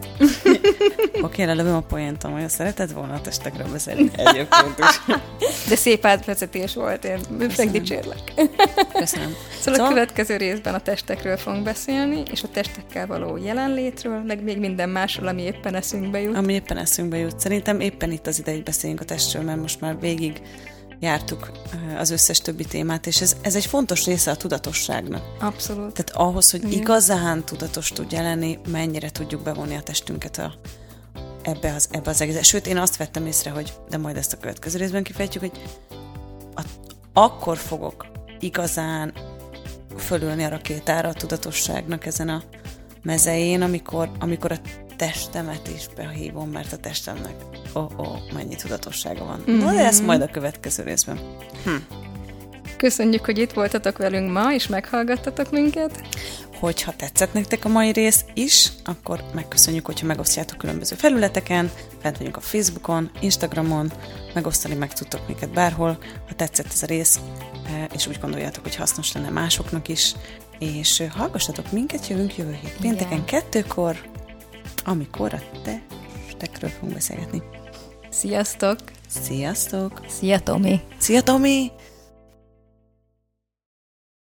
Oké, okay, lelövöm a poént, Maja, szereted volna a testekről beszélni egyébként is. De szép átvezetés volt, én megdicsérlek. Köszönöm. Szóval, szóval a következő részben a testekről fogunk beszélni, és a testekkel való jelenlétről, meg még minden másról, ami éppen eszünkbe jut. Ami éppen eszünkbe jut. Szerintem éppen itt az ide, hogy beszéljünk a testről, mert most már végig jártuk az összes többi témát, és ez, ez egy fontos része a tudatosságnak. Abszolút. Tehát ahhoz, hogy igazán tudatos tudja lenni, mennyire tudjuk bevonni a testünket a, ebbe, az, ebbe az egész. Sőt, én azt vettem észre, hogy, de majd ezt a következő részben kifejtjük, hogy a, akkor fogok igazán fölülni a rakétára a tudatosságnak ezen a mezején, amikor, amikor a testemet is behívom, mert a testemnek ó, oh, oh, mennyi tudatossága van. Mm-hmm. Na, de ezt majd a következő részben. Hm. Köszönjük, hogy itt voltatok velünk ma, és meghallgattatok minket. Hogyha tetszett nektek a mai rész is, akkor megköszönjük, hogyha megosztjátok különböző felületeken, fent vagyunk a Facebookon, Instagramon, megosztani meg tudtok minket bárhol, ha tetszett ez a rész, és úgy gondoljátok, hogy hasznos lenne másoknak is, és hallgassatok minket, jövünk jövő hét pénteken kettőkor, amikor a testekről fogunk beszélgetni. Sziasztok! Sziasztok! Szia, Tomi! Szia, Tomi!